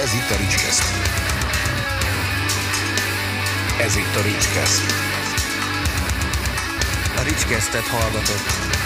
Ez itt a Ricskeszt. Ez itt a Ricskeszt. A Ricskesztet hallgatott.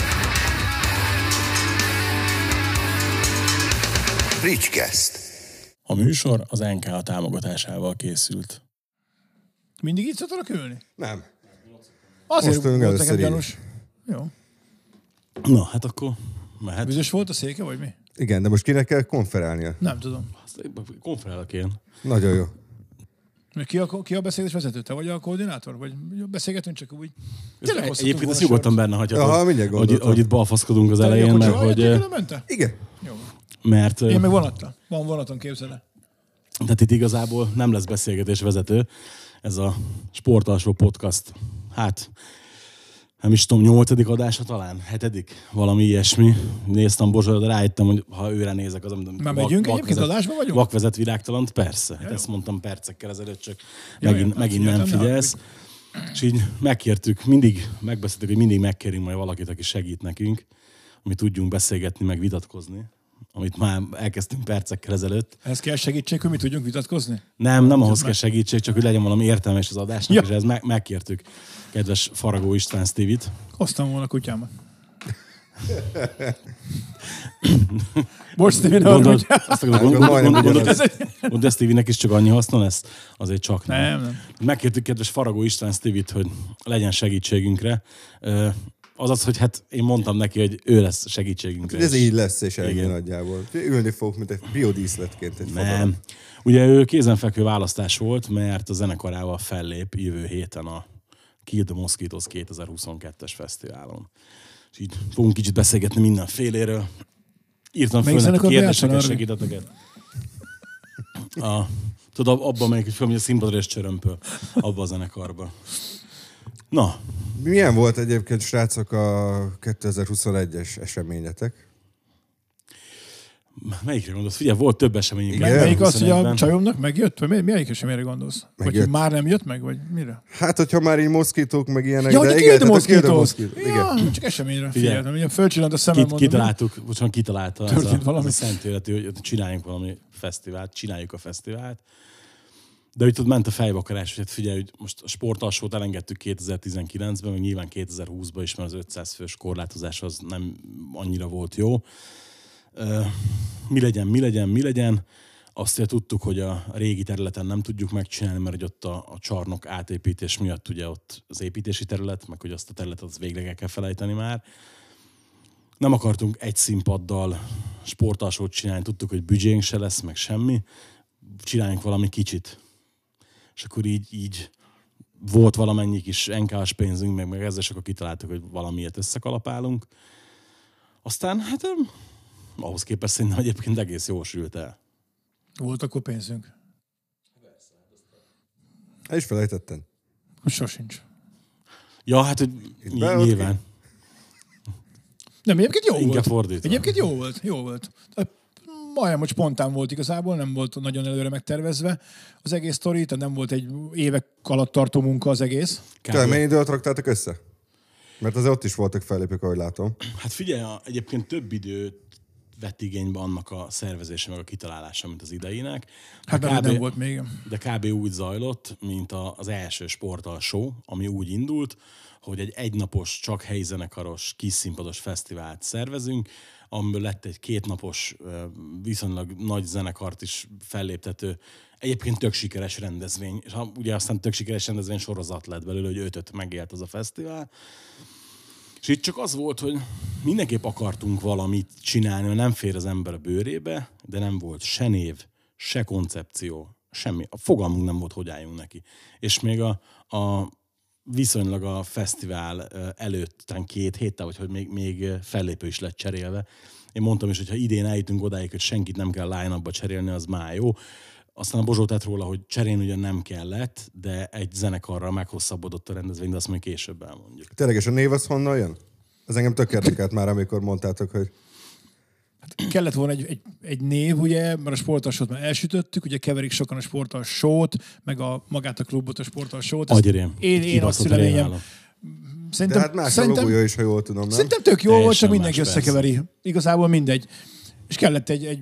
Ricskeszt. A műsor az NK támogatásával készült. Mindig így szoktanak ülni? Nem. Azért volt nekem gyanús. Jó. Na, hát akkor mehet. Biztos volt a széke, vagy mi? Igen, de most kinek kell konferálnia? Nem tudom. Konferálok én. Nagyon jó. Ki a beszélgetés vezető? Te vagy a koordinátor? Vagy beszélgetünk csak úgy? Egyébként ezt nyugodtan benne hagyhatod, hogy itt balfaszkodunk az elején, mert hogy... Igen. Jó. Mert... Én meg vonattal. Van vonaton, képzeld el. Tehát itt igazából nem lesz beszélgetés vezető. Ez a Sportalsó Podcast. Hát... Nem is tudom, 8. adása talán? 7. Valami ilyesmi. Néztem Bozsóra, de rájöttem, hogy ha őre nézek, az amit... Már megyünk egyébként, adásban vagyunk? Vakvezet virágtalant, persze. Hát ezt mondtam percekkel ezelőtt, csak megint nem figyelsz. És így megkértük, megbeszéltük, hogy mindig megkérünk majd valakit, aki segít nekünk, ami tudjunk beszélgetni, meg vitatkozni, amit már elkezdtünk percekkel ezelőtt. Ez kell segítség, hogy mi tudjunk vitatkozni? Nem ahhoz kell segítség, csak hogy legyen valami értelmes az adásnak, és ez megkértük kedves Faragó István Stevie-t. Hoztam volna kutyámat. Most Stevie nem gondolod, de Stevie-nek is csak annyi haszna lesz? Azért csak nem. Megkértük kedves Faragó István Stevie-t, hogy legyen segítségünkre. Azaz, hogy hát én mondtam neki, hogy ő lesz segítségünkre. Ez így lesz, és ennyi nagyjából. Ülni fogok, mint egy biodíszletként egy Nem. fadalat. Ugye ő kézenfekvő választás volt, mert a zenekarával fellép jövő héten a Kill the Mosquitoes 2022-es fesztiválon. És így fogunk kicsit beszélgetni mindenféléről. Írtam föl neki kérdéseket, segíteteket. Tudod, abban melyik, hogy föl, a színpadra és csörömpöl. Abban a zenekarban. Na. Milyen volt egyébként, srácok, a 2021-es eseményetek? Melyikre gondolsz? Figyelj, volt több eseményünk. Melyik az, hogy a csajomnak megjött? Vagy milyen eseményre gondolsz? Megjött. Vagy már nem jött meg? Vagy mire? Hát, hogyha már így moszkítók, meg ilyenek. Ja, de igen, de moszkítók. Ja, csak eseményre figyeltem. Ugye fölcsillant a szemem, mondom. Kitalálta ez a szent életű, hogy csináljunk valami fesztivált, csináljuk a fesztivált. De úgy ment a fejvakarás, hogy figyelj, hogy most a Sportalsót elengedtük 2019-ben, meg nyilván 2020-ban is, mert az 500 fős korlátozás az nem annyira volt jó. Mi legyen. Azt tudtuk, hogy a régi területen nem tudjuk megcsinálni, mert hogy ott a csarnok átépítés miatt ugye ott az építési terület, meg hogy azt a területet az végleg el kell felejteni már. Nem akartunk egy színpaddal Sportalsót csinálni, tudtuk, hogy büdzsénk se lesz, meg semmi. Csináljunk valami kicsit. És akkor így volt valamennyi kis NK-s pénzünk, meg ezzel akkor kitaláltuk, hogy valamiért összekalapálunk. Aztán hát ahhoz képest szerintem egyébként egész jól sült el. Volt akkor pénzünk? El is felejtettem. Sosincs. Ja, hát hogy nyilván. Nem, egyébként jó inkább volt. Fordítva. Egyébként jó volt. Majdnem, hogy spontán volt igazából, nem volt nagyon előre megtervezve az egész sztori, tehát nem volt egy évek alatt tartó munka az egész. Te mennyi időt raktáltak össze? Mert azért ott is voltak fellépők, ahogy látom. Hát figyelj, egyébként több időt vett igénybe annak a szervezése, meg a kitalálása, mint az idejének. Hát nem volt még. De kb. Úgy zajlott, mint az első Sportalsó, ami úgy indult, hogy egy egynapos, csak helyi zenekaros, kis színpados fesztivált szervezünk, amiből lett egy 2 napos, viszonylag nagy zenekart is felléptető, egyébként tök sikeres rendezvény. És ugye aztán tök sikeres rendezvény sorozat lett belőle, hogy 5-öt megélt az a fesztivál. És itt csak az volt, hogy mindenképp akartunk valamit csinálni, mert nem fér az ember a bőrébe, de nem volt se név, se koncepció, semmi. A fogalmunk nem volt, hogy álljunk neki. És még viszonylag a fesztivál előtt, talán 2 héttel, vagy hogy még fellépő is lett cserélve. Én mondtam is, hogy ha idén eljutunk odáig, hogy senkit nem kell line-upba cserélni, az már jó. Aztán a Bozsó tett róla, hogy cserélni ugyan nem kellett, de egy zenekarral meghosszabbodott a rendezvény, de azt majd később elmondjuk. Tényleg, és a név az honnan jön? Ez engem tök érdekelt már, amikor mondtátok, hogy... Hát kellett volna egy név, ugye, mert a Sportalsót már elsütöttük, ugye keverik sokan a Sportalsót, meg magát a klubot, a Sportalsót. Agyérém. Én azt szüleményem. De hát más a logója is, ha jól tudom, nem? Szerintem tök jó volt, csak mindenki összekeveri. Igazából mindegy. És kellett egy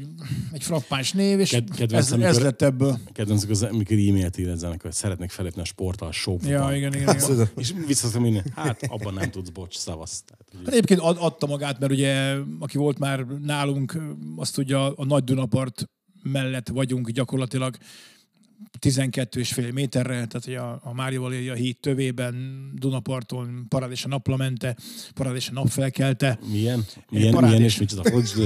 egy frappáns név, és Kedvenc, ez lett ebből. Kedvenc, amikor e-mailt ír ezzenek, hogy szeretnék felépni a sporttal show-ban. Ja, igen. És visszaszom minden, hát abban nem tudsz, bocs, szavasz. Hát egyébként adta magát, mert ugye, aki volt már nálunk, azt tudja, a Nagy Dunapart mellett vagyunk gyakorlatilag 12,5 méterre, tehát hogy a Márióval éli a híd tövében, Dunaparton, parád és a naplemente, parád és a napfelkelte. Milyen és micsoda?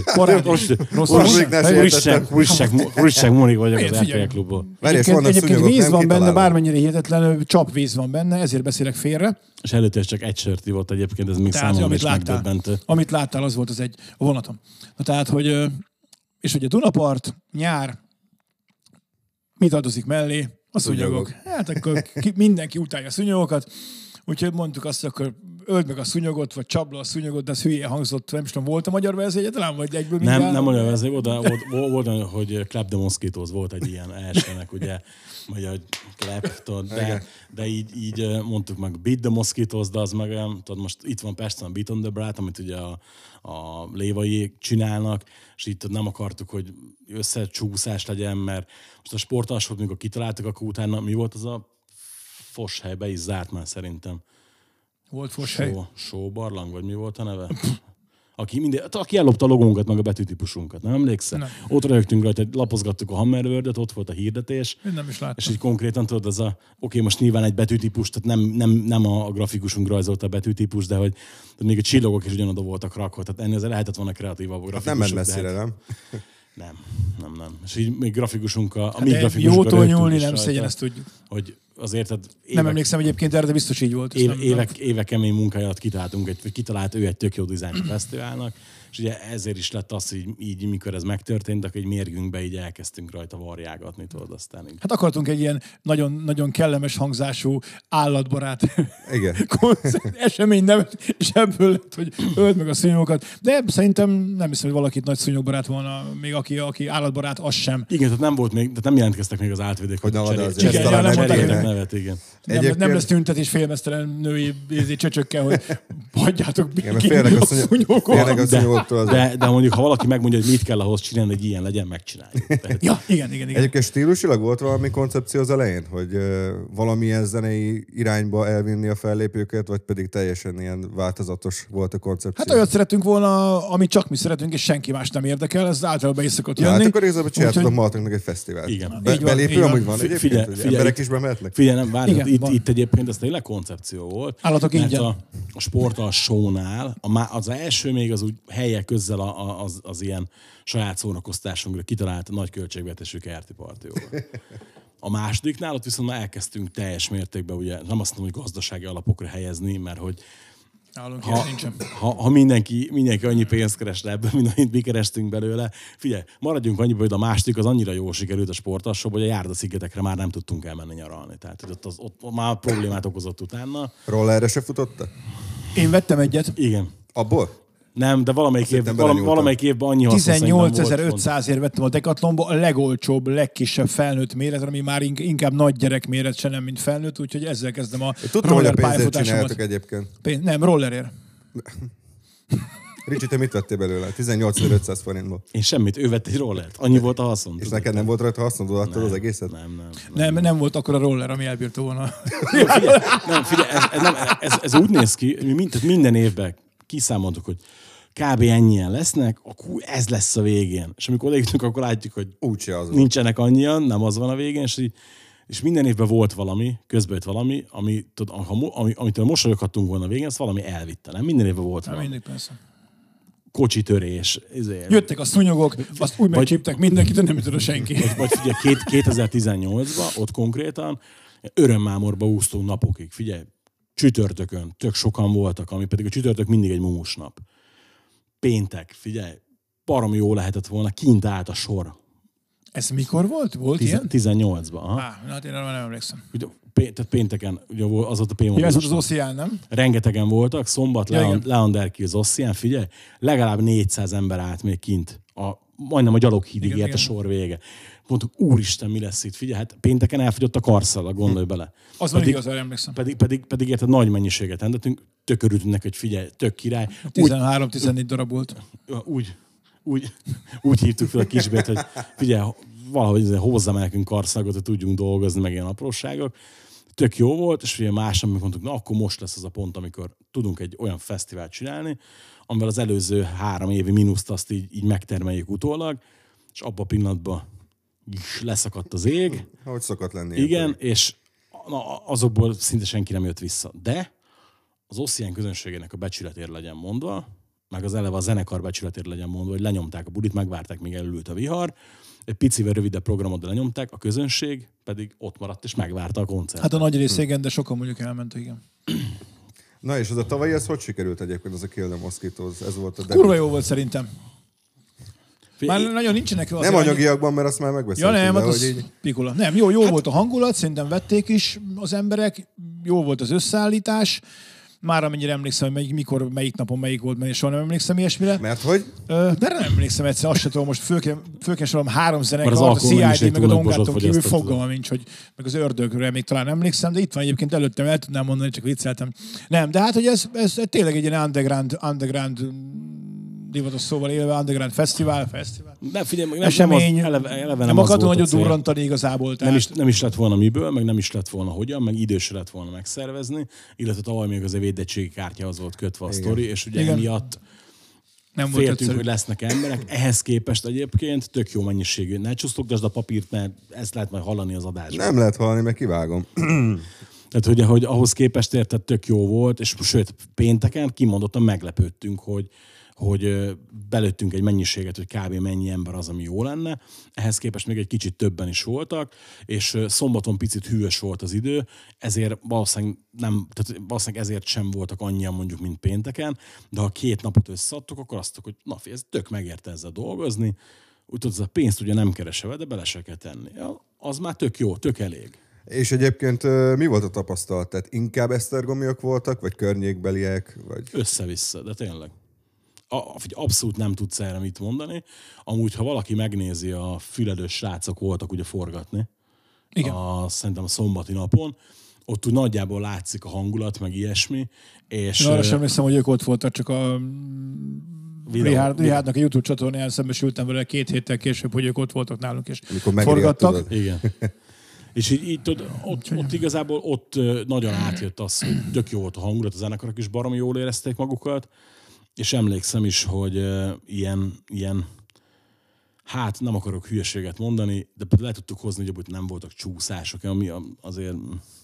Úristen, Mónik vagyok az RTL Klubból. Egyébként víz van benne, bármennyire hihetetlen, csapvíz van benne, ezért beszélek félre. És előtte csak egy sört volt egyébként, ez még számomra is megdöbbentő. Amit láttál, az volt az egy a vonaton. Tehát, hogy és ugye Dunapart, nyár, mit adozik mellé? A szúnyogok. Hát akkor mindenki utálja a szúnyogokat, úgyhogy mondtuk azt, hogy akkor öld meg a szúnyogot, vagy csapd le a szúnyogot, de ez hülye hangzott, nem is tudom, volt a magyar verzió egyáltalán, vagy egyből mindjárt? Nem magyar verzió volt, de volt, hogy Clap the Mosquitoes volt egy ilyen elsőnek, ugye, vagy hogy Clap, de így mondtuk meg Beat the Mosquitoes, de az meg olyan, tudod, most itt van Pesten a Beat on the Brat, amit ugye a lévaiék csinálnak, és itt nem akartuk, hogy összecsúszás legyen, mert most a sportalsót, mikor kitaláltak, akkor utána mi volt az a Foshely, be is zárt már szerintem. Volt Foshely? Show barlang, vagy mi volt a neve? Aki ellopta a logónkat, meg a betűtípusunkat, nem emlékszel? Nem. Ott rögtünk rajta, lapozgattuk a Hammerworld-et, ott volt a hirdetés. Én nem is láttam. És így konkrétan tudod, az oké, most nyilván egy betűtípus, tehát nem a grafikusunk rajzolta a betűtípus, de hogy még a csillagok is ugyanoda voltak rakva, tehát ennél lehetett volna kreatívabb a grafikusok. Nem ment messzire, nem? Nem. És így még grafikunk mi grafikusunk. Jótól nyúlni nem szégyen, ezt tudjuk. Hogy azért, nem emlékszem egyébként erre, de biztos így volt. Évek kemény munkája alatt kitalált ő egy tök jó dizájn a fesztiválnak, és ugye ezért is lett az, hogy így mikor ez megtörtént, akkor egy mérgünkbe így elkezdtünk rajta varjágatni, tudod, aztán így. Hát akartunk egy ilyen nagyon, nagyon kellemes hangzású, állatbarát esemény nevet, és ebből lett, hogy öld meg a szúnyogokat. De szerintem nem hiszem, hogy valakit nagy szúnyogbarát volna, még aki állatbarát, az sem. Igen, tehát nem volt még, tehát nem jelentkeztek még az átvidék, hogy cseréljenek nevet, igen. Nem lesz tüntetés félmeztelen női csöcsökkel, hogy hagyjátok békén a szúnyogokat. De mondjuk, ha valaki megmondja, hogy mit kell ahhoz csinálni, hogy ilyen legyen, megcsináljuk. Ja, igen. Egyébként stílusilag volt valami koncepció az elején, hogy valamilyen zenei irányba elvinni a fellépőket, vagy pedig teljesen ilyen változatos volt a koncepció? Hát olyat szeretünk volna, amit csak mi szeretünk, és senki más nem érdekel, ez általában be is szokott jönni. Hát akkor igazából csináltatok magatoknak egy fesztivált. Igen. Belépő amúgy van egyébként? Emberek is bemehetnek? Figyelj, nem, várjad, itt egyébként ez tényleg koncepció volt. Állatok ingyen. A sporttal shownál, az első még az úgy helyek közzel az ilyen saját szórakoztásunkra kitalált nagy költségvetésű kerti partióval. A másodiknál ott viszont már elkezdtünk teljes mértékben, ugye nem azt mondom, hogy gazdasági alapokra helyezni, mert hogy ha mindenki annyi pénzt keres ebből, mint amit mi kerestünk belőle, figyelj, maradjunk annyiban, hogy a második az annyira jól sikerült a sportalsóban, hogy a Járda-szigetekre már nem tudtunk elmenni nyaralni. Tehát ott már problémát okozott utána. Rollerre se futotta? Én vettem egyet. Igen. Abból? Nem, de valamelyik évben annyi hasznos 18.500-ért vettem a Decathlonba, a legolcsóbb, legkisebb felnőtt méret, ami már inkább nagy gyerek méret, se nem, mint felnőtt, úgyhogy ezzel kezdem a roller pályafutásomat. Egyébként. Nem, rollerért. Ricsi, te mit vettél belőle? 18.500 forintból. Én semmit, ő vett egy rollert. Annyi volt a haszon. És neked nem volt rajta hasznod, attól az egészet? Nem volt akkor a roller, ami elbírta volna. Figyelj, ez úgy néz ki, mint minden évben kiszámoltuk, hogy kb. Ennyien lesznek, akkor ez lesz a végén. És amikor odajutunk, akkor látjuk, hogy nincsenek annyian, nem az van a végén, és minden évben volt valami, közben jött valami, amitől mosolyoghattunk volna a végén, azt valami elvitte, nem? Minden évben volt valami. Mindig persze. Kocsitörés. Jöttek a szúnyogok, azt úgy megcsíptek mindenkit, de nem jutott senki. Vagy figyelj, 2018-ban ott konkréttan örömmámorba úsztunk napokig. Figyelj, csütörtökön tök sokan voltak, ami pedig a csütörtök mindig egy mumus nap. Péntek, figyelj, baromi jó lehetett volna, kint állt a sor. Ez mikor volt? Volt ilyen? 18-ban. Hát én nem emlékszem. Tehát pénteken, ugye az volt a P-mon. Ja, ez volt az Ossian, nem? Rengetegen voltak, szombat Leanderki az Ossian, figyelj, legalább 400 ember állt még kint. Majdnem a gyaloghídig ért a sor vége. Mondtuk, úristen, mi lesz itt? Figyelj, hát pénteken elfogyott a karszal, gondolj bele. Az van igaz, emlékszem. Pedig érted, nagy mennyiséget rendettünk, tök örültünk neki, hogy figyelj, tök király. 13-14 darab volt. Úgy. úgy hívtuk fel a kisbét, hogy figyelj, valahogy hozzám nekünk karszagot, hogy tudjunk dolgozni, meg ilyen apróságok. Tök jó volt, és ugye másnap mondtuk, na akkor most lesz az a pont, amikor tudunk egy olyan fesztivált csinálni, amivel az előző 3 évi mínuszt azt így megtermeljük utólag, és abban a pillanatban leszakadt az ég. Ahogy szokott lenni. Igen, és azokból szinte senki nem jött vissza. De az Ossian közönségének a becsületért legyen mondva, meg az eleve a zenekar becsületért legyen mondva, hogy lenyomták a bulit, megvárták, míg elült a vihar, egy picivel rövidebb programot lenyomták, a közönség pedig ott maradt és megvárta a koncertet. Hát a nagy rész igen, de sokan mondjuk elment, igen. Na és az a tavalyi, ez hogy sikerült egyébként, az a Kill the Mosquitoes? Ez volt a kurva jó volt szerintem. Már nagyon nincsenek... Nem anyagiakban, mert azt már megbeszéltük. Ja nem, hát az így... pikula. Nem, jó volt a hangulat, szerintem vették is az emberek, jó volt az összeállítás. Már amennyire emlékszem, hogy mikor, melyik napon melyik volt, mert soha nem emlékszem ilyesmire. Mert hogy? De nem emlékszem egyszer, azt sem tudom, most főként sorolom 3 zenekart, a CID meg a Dongáton kívül fogalmam nincs, hogy meg az Ördögre még talán emlékszem, de itt van egyébként előttem, el tudnám mondani, csak vicceltem. Nem, de hát, hogy ez tényleg egy ilyen underground divatos szóval élve, underground fesztivál. Nem, figyelj, esemény, eleve nem akartam nagyot durrantani igazából. Nem is lett volna miből, meg nem is lett volna hogyan, meg idősre lett volna megszervezni, illetve tavaly még az védettségi kártyához volt kötve a sztori, és ugye emiatt nem féltünk, hogy lesznek emberek. Ehhez képest egyébként tök jó mennyiségű. Ne csusztogdasd a papírt, mert ezt lehet majd hallani az adásban. Nem lehet hallani, mert kivágom. Tehát, hogy ahhoz képest érted, tök jó volt, és sőt, pénteken kimondottan meglepődtünk, hogy belőttünk egy mennyiséget, hogy kb. Mennyi ember az, ami jó lenne. Ehhez képest még egy kicsit többen is voltak, és szombaton picit hűvös volt az idő, ezért valószínűleg ezért sem voltak annyian mondjuk, mint pénteken, de ha 2 napot összeadtuk, akkor azt hogy na, ez tök megérte ezzel dolgozni, úgyhogy ez a pénzt ugye nem keresel, de bele se kell tenni. Az már tök jó, tök elég. És egyébként mi volt a tapasztalat? Tehát inkább esztergomiak voltak, vagy környékbeliek? Vagy... Össze-vissza, de tényleg. Abszolút nem tudsz erre mit mondani. Amúgy, ha valaki megnézi, a füledős srácok voltak ugye forgatni. Igen. Szerintem a szombati napon. Ott úgy nagyjából látszik a hangulat, meg ilyesmi. És arra sem emlékszem, hogy ők ott voltak, csak a Richardnak a YouTube csatornáján szembesültem vele 2 héttel később, hogy ők ott voltak nálunk, és forgattak. Igen. És így ott igazából nagyon átjött az, hogy tök jó volt a hangulat, a zenekarok is baromi jól érezték magukat. És emlékszem is, hogy ilyen, hát nem akarok hülyeséget mondani, de le tudtuk hozni, hogy nem voltak csúszások, ami azért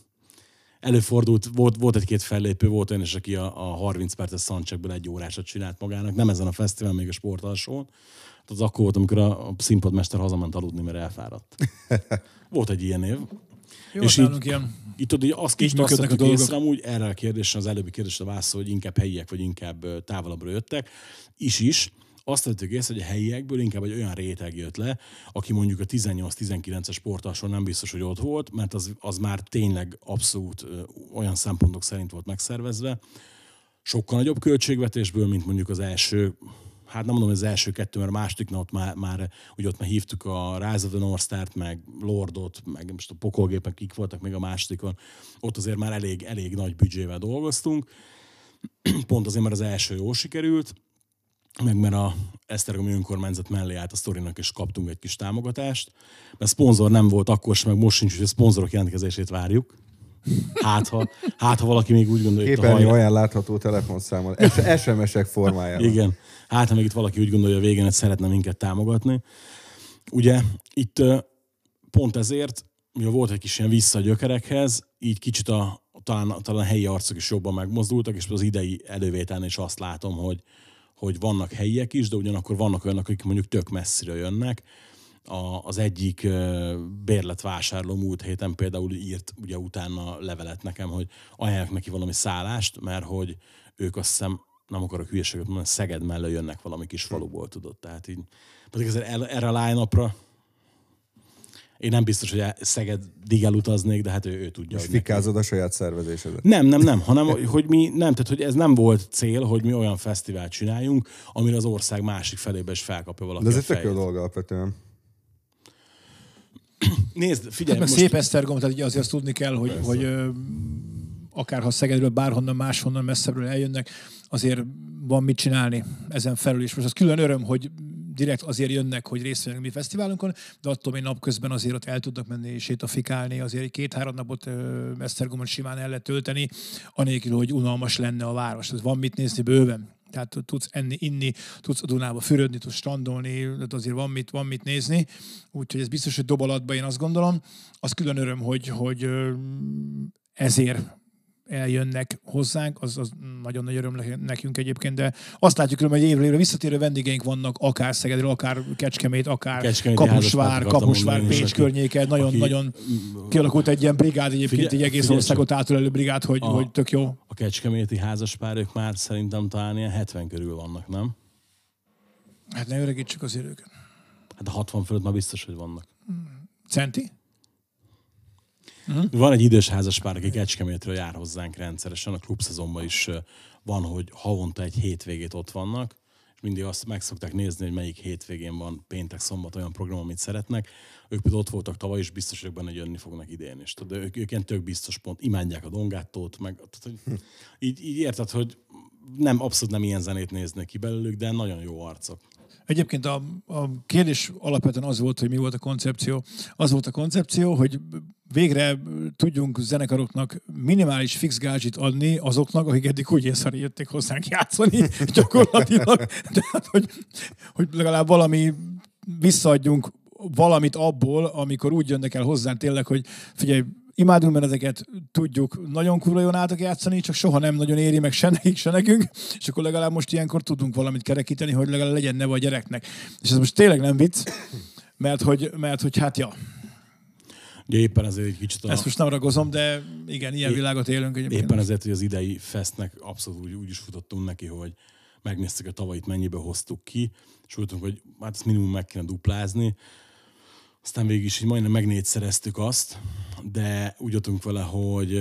előfordult, volt egy-két fellépő, volt olyan is, aki a 30 perces soundcheckből 1 órásat csinált magának, nem ezen a fesztivál, még a sportalsón. Hát az akkor volt, amikor a színpadmester hazament aludni, mert elfáradt. Volt egy ilyen év. Jó, és így azt vettük észre, amúgy erre a kérdésre, az előbbi kérdésre válaszol, hogy inkább helyiek, vagy inkább távolabbra jöttek. Is. Azt vettük észre, hogy a helyiekből inkább egy olyan réteg jött le, aki mondjuk a 18-19-es sportalson nem biztos, hogy ott volt, mert az már tényleg abszolút olyan szempontok szerint volt megszervezve. Sokkal nagyobb költségvetésből, mint mondjuk az első, hát nem mondom, hogy az első 2, mert a másodiknál ott már hívtuk a Rise of the North Star-t, meg Lordot, meg most a pokolgépek kik voltak még a másodikon. Ott azért már elég nagy büdzsével dolgoztunk. Pont azért, mert az első jól sikerült, meg mert a esztergomi önkormányzat mellé állt a sztorinak, és kaptunk egy kis támogatást. Mert szponzor nem volt akkor sem, meg most sincs, hogy a szponzorok jelentkezését várjuk. Hát, ha valaki még úgy gondolja, hogy képernyő olyan látható telefonszámon, SMS-ek formájában. Igen. Hát, ha még itt valaki úgy gondolja, hogy a végén, hogy szeretne minket támogatni. Ugye itt pont ezért, mivel volt egy kis ilyen vissza a gyökerekhez, így kicsit talán a helyi arcok is jobban megmozdultak, és az idei elővételnél is azt látom, hogy vannak helyiek is, de ugyanakkor vannak olyanok, akik mondjuk tök messzire jönnek. Az egyik bérletvásárló múlt héten például írt ugye utána levelet nekem, hogy ajánlják neki valami szállást, mert hogy ők azt hiszem, nem akarok hülyeséget mondani, Szeged mellől jönnek valami kis faluból, tudod. Tehát így, pedig erre a line-upra én nem biztos, hogy Szegedig elutaznék, de hát ő tudja. És fikázod a saját szervezésedet? Nem, hanem hogy tehát hogy ez nem volt cél, hogy mi olyan fesztivált csináljunk, amire az ország másik felébe is felkapja valaki. De ez egy tök jó dolog alapvetően. Nézd, figyelj. Hát most... szép Esztergom, tehát azért azt tudni kell, hogy akárha Szegedről, bárhonnan, máshonnan messzebbről eljönnek, azért van mit csinálni ezen felül is. Most az külön öröm, hogy direkt azért jönnek, hogy részt vegyenek a mi fesztiválunkon, de attól még napközben azért ott el tudnak menni és sétafikálni, azért egy 2-3 napot Esztergomon simán el lehet tölteni, anélkül, hogy unalmas lenne a város. Tehát van mit nézni bőven. Tehát tudsz enni, inni, tudsz a Dunába fürödni, tudsz strandolni, tehát azért van mit nézni. Úgyhogy ez biztos, hogy dob alatba, én azt gondolom. Az külön öröm, hogy ezért eljönnek hozzánk, az nagyon nagy öröm nekünk egyébként, de azt látjuk, hogy évről évre visszatérő vendégeink vannak, akár Szegedről, akár Kecskemét, akár Kaposvár, Pécs környéke, nagyon kialakult egy ilyen brigád egyébként, egy egész országot átölelő brigád, hogy tök jó. A kecskeméti házaspárok már szerintem talán ilyen 70 körül vannak, nem? Hát ne öregítsük azért őket. Hát a 60 fölött már biztos, hogy vannak. Centi? Van egy idős házaspár, aki Kecskemétről jár hozzánk rendszeresen, a klubszezonban is van, hogy havonta egy hétvégét ott vannak, és mindig azt meg szokták nézni, hogy melyik hétvégén van péntek, szombat olyan program, amit szeretnek. Ők például ott voltak tavaly, és biztos vagyok benne, hogy jönni fognak idén is. De ők ilyen tök biztos pont, imádják a Dongátót, meg így érted, hogy abszolút nem ilyen zenét néznek ki belőlük, de nagyon jó arcok. Egyébként a kérdés alapvetően az volt, hogy mi volt a koncepció. Az volt a koncepció, hogy végre tudjunk zenekaroknak minimális fix gázsit adni azoknak, akik eddig úgy észre jöttek hozzánk játszani gyakorlatilag. Tehát, hogy legalább valami visszaadjunk valamit abból, amikor úgy jönnek el hozzánk tényleg, hogy figyelj, imádunk benneteket, tudjuk, nagyon kurva jól álltak játszani, csak soha nem nagyon éri meg se nekik, se nekünk, és akkor legalább most ilyenkor tudunk valamit kerekíteni, hogy legalább legyen neve a gyereknek. És ez most tényleg nem vicc, mert hogy hát ja. Éppen ezért egy kicsit ezt most nem ragozom, de igen, ilyen világot élünk egyébként. Éppen ezért, hogy az idei festnek abszolút úgy is futottunk neki, hogy megnéztük a tavalyit, mennyiből hoztuk ki, és voltunk, hogy hát ezt minimum meg kéne duplázni. Aztán végig is így majdnem megnégyszereztük azt, de úgy jöttünk vele, hogy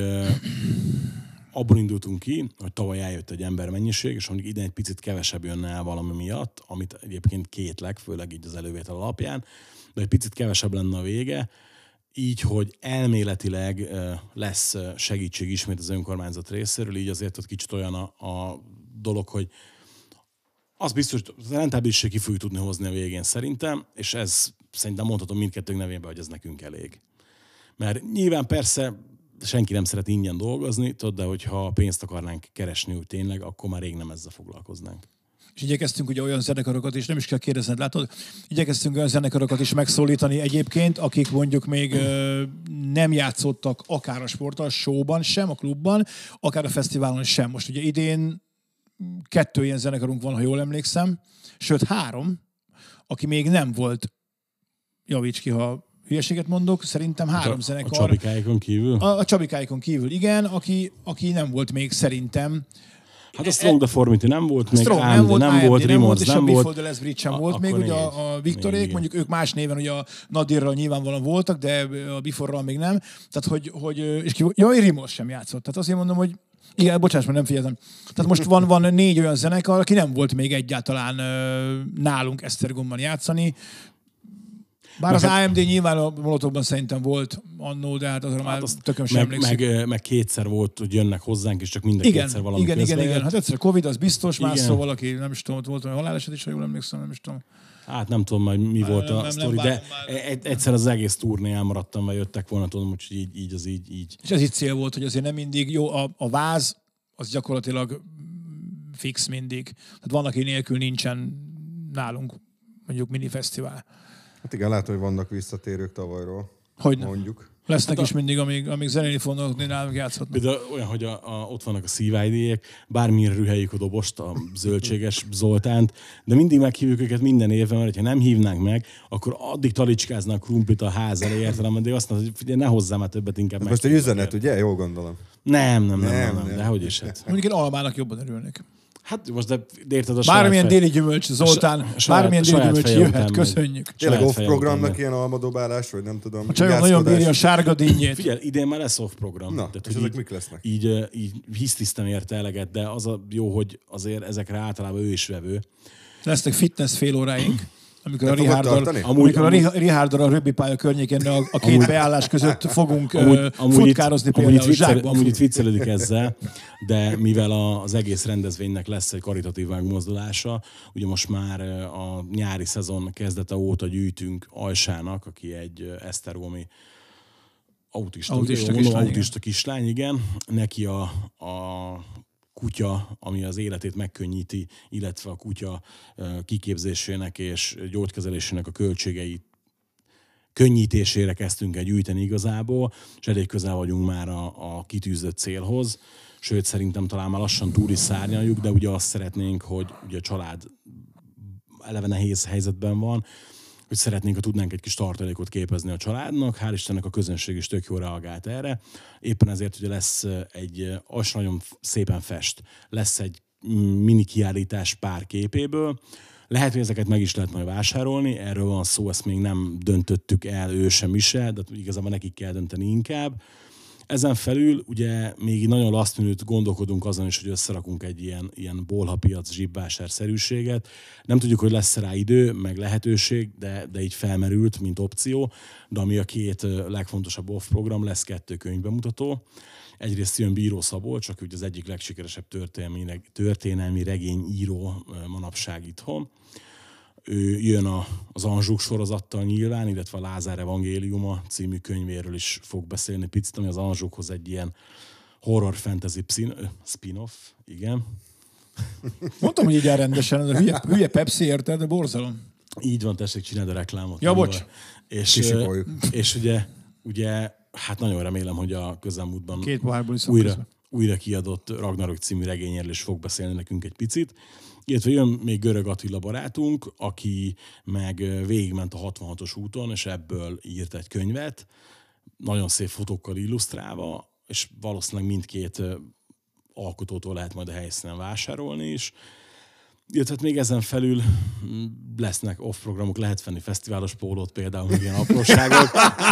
abból indultunk ki, hogy tavaly eljött egy embermennyiség, és mondjuk idén egy picit kevesebb jönne el valami miatt, amit egyébként kétlek, főleg így az elővétel alapján, de egy picit kevesebb lenne a vége, így, hogy elméletileg lesz segítség ismét az önkormányzat részéről, így azért ott kicsit olyan a dolog, hogy az biztos, hogy az rentábilis ki fogjuk tudni hozni a végén szerintem, és ez szerintem mondhatom mindkettőnk nevében, hogy ez nekünk elég. Mert nyilván persze senki nem szeret ingyen dolgozni, tudod, de hogyha pénzt akarnánk keresni úgy tényleg, akkor már rég nem ezzel foglalkoznánk. És igyekeztünk ugye olyan zenekarokat is, nem is kell kérdezned, látod? Igyekeztünk olyan zenekarokat is megszólítani egyébként, akik mondjuk még nem játszottak akár a sportalsóban sem, a klubban, akár a fesztiválon sem. Most ugye idén 2 ilyen zenekarunk van, ha jól emlékszem, sőt 3, aki még nem volt, javíts ki, ha hülyeséget mondok, szerintem 3 zenekar. A Csabikáikon kívül? A Csabikáikon kívül, igen, aki nem volt még szerintem. Hát a Strong Deformity nem volt még, Strong AMD nem volt, Remorse nem volt. És a Before the Last Bridge sem volt még, ugye a Viktorék, mondjuk ők más néven, ugye a Nadirral nyilvánvalóan voltak, de a Before-ral még nem. Tehát, hogy és Remorse sem játszott. Tehát azért mondom, hogy igen, bocsáss, mert nem figyeltem. Tehát most van 4 olyan zenekar, aki nem volt még egyáltalán nálunk Esztergomban játszani. Bár az AMD nyilván a Molotovban szerintem volt annó, de hát azra már tököm sem emlékszik. Meg kétszer volt, hogy jönnek hozzánk, és csak minden kétszer valami Igen. Hát egyszer Covid, az biztos, másszor valaki, nem is tudom, volt olyan haláleset is, ha jól emlékszem, nem is tudom. Hát nem tudom majd mi volt a sztori, de egyszer az egész turné elmaradtam, vagy jöttek volna, tudom, hogy így az így. És ez itt cél volt, hogy azért nem mindig jó, a váz az gyakorlatilag fix mindig. Tehát van, aki nélkül nincsen nálunk mondjuk minifesztivál. Hát igen, látom, hogy vannak visszatérők tavalyról. Hogyne. Mondjuk. Lesznek is mindig, amíg zenélni fognak, nálunk játszhatnak. De olyan, hogy ott vannak a szívájdélyek, bármilyen rüheljük a dobost, a zöldséges Zoltánt, de mindig meghívjuk őket minden évben, mert ha nem hívnánk meg, akkor addig talicskáznak a krumplit a ház elé, értelem, de azt mondja, hogy figyelj, ne hozzám már többet, inkább meg. Most egy üzenet, ugye? Jól gondolom. Nem, de hogy is hát. Mondjuk én almának jobban örülnék. Hát most de érted a bármilyen déli gyümölcs, Zoltán, bármilyen déli gyümölcs jöhet, köszönjük. Tényleg off-programnak ilyen almadobálás, vagy nem tudom. A csajom nagyon bírja a sárga dinnyét. Figyelj, idén már lesz off-program. Na, és ezek mik lesznek? Így hisztisztem érte eleget, de az a jó, hogy azért ezekre általában ő is vevő. Lesznek fitness félóráink. amikor a Richarddal a rögbipálya környékén a két beállás között fogunk futkározni például zsákban. Amúgy itt viccelődik ezzel, de mivel az egész rendezvénynek lesz egy karitatív megmozdulása, ugye most már a nyári szezon kezdete óta gyűjtünk Ajsának, aki egy esztergomi autista kislány, igen. Neki a kutya, ami az életét megkönnyíti, illetve a kutya kiképzésének és gyógykezelésének a költségeit könnyítésére kezdtünk el gyűjteni igazából, és elég közel vagyunk már a kitűzött célhoz. Sőt, szerintem talán már lassan túl is szárnyaljuk, de ugye azt szeretnénk, hogy ugye a család eleve nehéz helyzetben van, hogy szeretnénk, ha tudnánk egy kis tartalékot képezni a családnak. Hál' Istennek a közönség is tök jól reagált erre. Éppen ezért ugye lesz az nagyon szépen fest. Lesz egy mini kiállítás pár képéből. Lehet, hogy ezeket meg is lehet majd vásárolni. Erről van szó, ezt még nem döntöttük el, ő sem is, de igazából nekik kell dönteni inkább. Ezen felül ugye még nagyon last minute gondolkodunk azon is, hogy összerakunk egy ilyen bolhapiac zsibbvásárszerűséget. Nem tudjuk, hogy lesz rá idő, meg lehetőség, de így felmerült, mint opció. De ami a két legfontosabb off program, lesz 2 könyvbemutató. Egyrészt jön Bíró Szabolcs, aki ugye az egyik legsikeresebb történelmi regényíró manapság itthon. Ő jön az Anzsuk sorozattal nyilván, illetve a Lázár Evangéliuma című könyvéről is fog beszélni picit, ami az Anzsukhoz egy ilyen horror fantasy spin-off, igen. Mondtam, hogy így áll rendesen, ez a hülye Pepsi, érted, de borzalom. Így van, tessék, csináld a reklámot. Ja, bocs. És ugye, hát nagyon remélem, hogy a közelmúltban újra kiadott Ragnarok című regényéről is fog beszélni nekünk egy picit. Illetve jön még Görög Attila barátunk, aki meg végigment a 66-os úton, és ebből írt egy könyvet, nagyon szép fotókkal illusztrálva, és valószínűleg mindkét alkotótól lehet majd a helyszínen vásárolni is. Illetve még ezen felül lesznek off-programok, lehet venni fesztiválos pólót például, ilyen apróságok.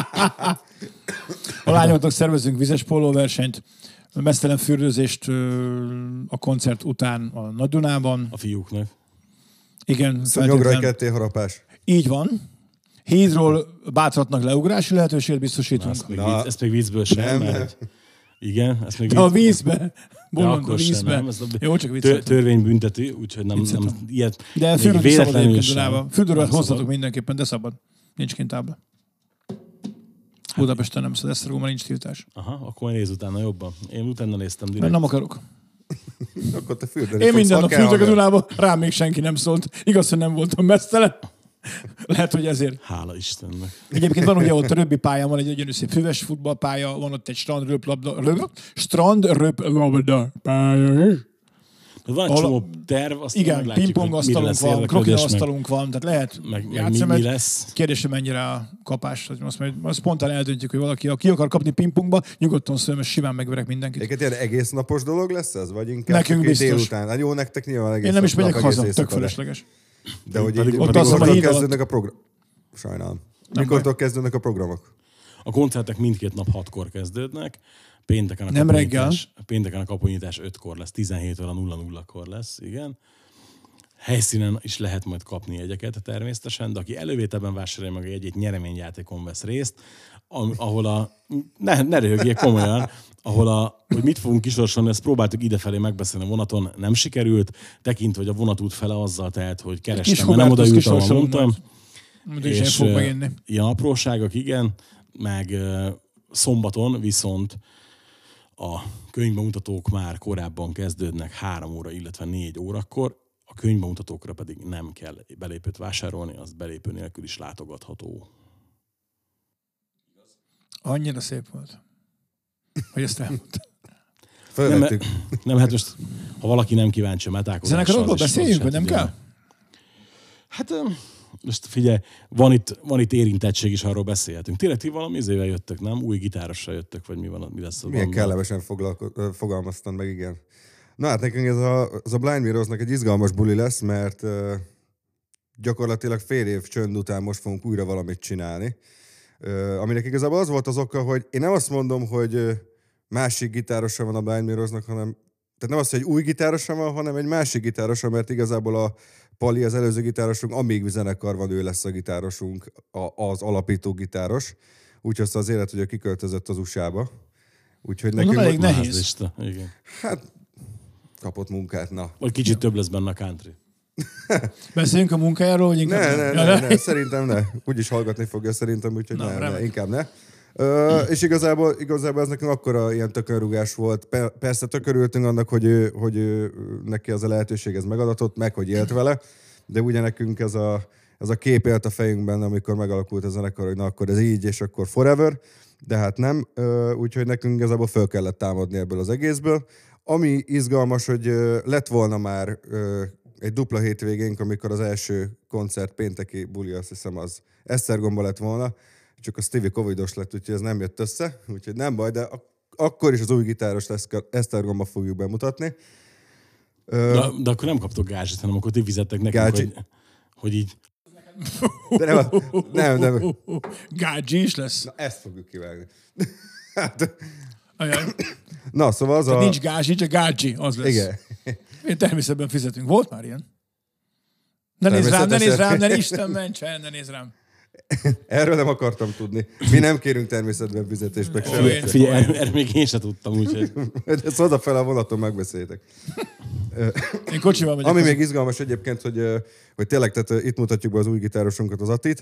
A lányoknak szervezünk vizes pólóversenyt, mesztelen fürdőzést a koncert után a Nagy-Dunában. A fiúknak. Igen. Szúnyograi ketté harapás. Így van. Hídról bátratnak leugrási lehetőséget biztosítunk. Ezt még vízből sem, mert... Igen, ezt még a vízbe. Bolond a vízbe. Jó, csak vicceltem. Törvény bünteti, úgyhogy nem ilyet. De fürdőt szabad egyébként Dunában. Fürdőt hozzatok mindenképpen, de szabad. Nincs kint tábla. Budapesten nem szabad, Esztergomban nincs tiltás. Aha, akkor nézz utána jobban. Én utána néztem direkt. Nem akarok. Akkor te fürdeni én minden nap fürdök a Dunába, rám még senki nem szólt. Igaz, hogy nem voltam mesztelen. Lehet, hogy ezért. Hála Istennek. Egyébként van ugye ott a röbbi pályán, van egy gyönyörű szép füves futballpálya, van ott egy strandröplabda pálya is. Van egy csomó terv, azt igen, pingpongasztalunk van, krokinasztalunk van, tehát lehet játszani. Mi lesz? Kérdés, hogy mennyire a kapás, azt spontán eldöntjük, hogy valaki, aki akar kapni pingpongba, nyugodtan szól, mert simán megverek mindenkit. Egyébként ilyen egész napos dolog lesz ez? Vagy inkább nekünk biztos. Délután? Hát jó, nektek nyilván egész. Én nem is megyek haza, tök fölösleges. De hogy mikortól kezdődnek a programok? Sajnálom. Mikortól kezdődnek a programok? A koncertek mindkét nap 6-kor kezdődnek. Pénteken a kaponyítás 5-kor lesz, 17 óra 00-kor lesz, igen. Helyszínen is lehet majd kapni jegyeket természetesen, de aki elővételben vásárolja meg egy nyereményjátékon vesz részt, ahol ne röhögjél komolyan, hogy mit fogunk kisorsolni, ezt próbáltuk idefelé megbeszélni a vonaton, nem sikerült, tekintve, hogy a vonatút fele azzal tehet, hogy kerestem, mert nem oda jutam, ahol mondtam. És ilyen apróságok, igen, meg szombaton viszont a könyvbemutatók már korábban kezdődnek 3 óra, illetve 4 órakor, a könyvbemutatókra pedig nem kell belépőt vásárolni, az belépő nélkül is látogatható. Annyira szép volt, hogy ezt elmondta. Nem, hát most, ha valaki nem kíváncsi a metákozásra... Zenekarokból beszéljünk, vagy nem kell? Hát... Most figyelj, van itt érintettség is, arról beszélhetünk. Tényleg ti valami izével jöttök, nem? Új gitárosra jöttök, vagy mi lesz? Milyen kellemesen fogalmaztam meg, igen. Na hát nekünk ez a Blind Mirrorsnak egy izgalmas buli lesz, mert gyakorlatilag fél év csönd után most fogunk újra valamit csinálni. Aminek igazából az volt az oka, hogy én nem azt mondom, hogy másik gitárosa van a Blind Mirrorsnak, hanem tehát nem az, hogy egy új gitárosom van, hanem egy másik gitárosom, mert igazából a Pali, az előző gitárosunk, amíg zenekar van, ő lesz a gitárosunk, az alapító gitáros. Úgy hozta az élet, hogy ő kiköltözött az USA-ba. Úgyhogy nekünk... elég nehéz. Mázlista, igen. Hát, kapott munkát, na. Vagy kicsit több lesz benne a country. Beszéljünk a munkájáról, hogy inkább... Ne, szerintem ne. Úgyis hallgatni fogja szerintem, úgyhogy ne, inkább ne. És igazából ez nekünk akkora ilyen tökönrugás volt. Persze tökörültünk annak, hogy neki az a lehetőség ez megadatott, meg hogy élt vele, de ugye nekünk ez a kép élt a fejünkben, amikor megalakult a zenekar, hogy na akkor ez így, és akkor forever, de hát nem. Úgyhogy nekünk igazából föl kellett támadni ebből az egészből. Ami izgalmas, hogy lett volna már egy dupla hétvégénk, amikor az első koncert pénteki buli, azt hiszem az Esztergomba lett volna, csak a Stevie covidos lett, úgyhogy ez nem jött össze, úgyhogy nem baj, de akkor is az új gitáros Esztergomba fogjuk bemutatni. De akkor nem kaptok gázsit, hanem akkor ti fizettek nekünk, hogy így... De nem. Gádzsi is lesz. Na, ezt fogjuk kivágni. Ajaj. Na, szóval az nincs gázsi, csak gádzsi, az lesz. Igen. Én természetben fizetünk. Volt már ilyen? Ne nézz rám, Isten mentsen, ne nézz rám. Erről nem akartam tudni. Mi nem kérünk természetben fizetést, meg semmit. Figyelj, erről még én sem tudtam, úgyhogy... Ezt odafele a vonaton megbeszéltek. Én kocsival megyek. Ami még izgalmas egyébként, hogy tényleg, tehát itt mutatjuk be az új gitárosunkat, az Atit.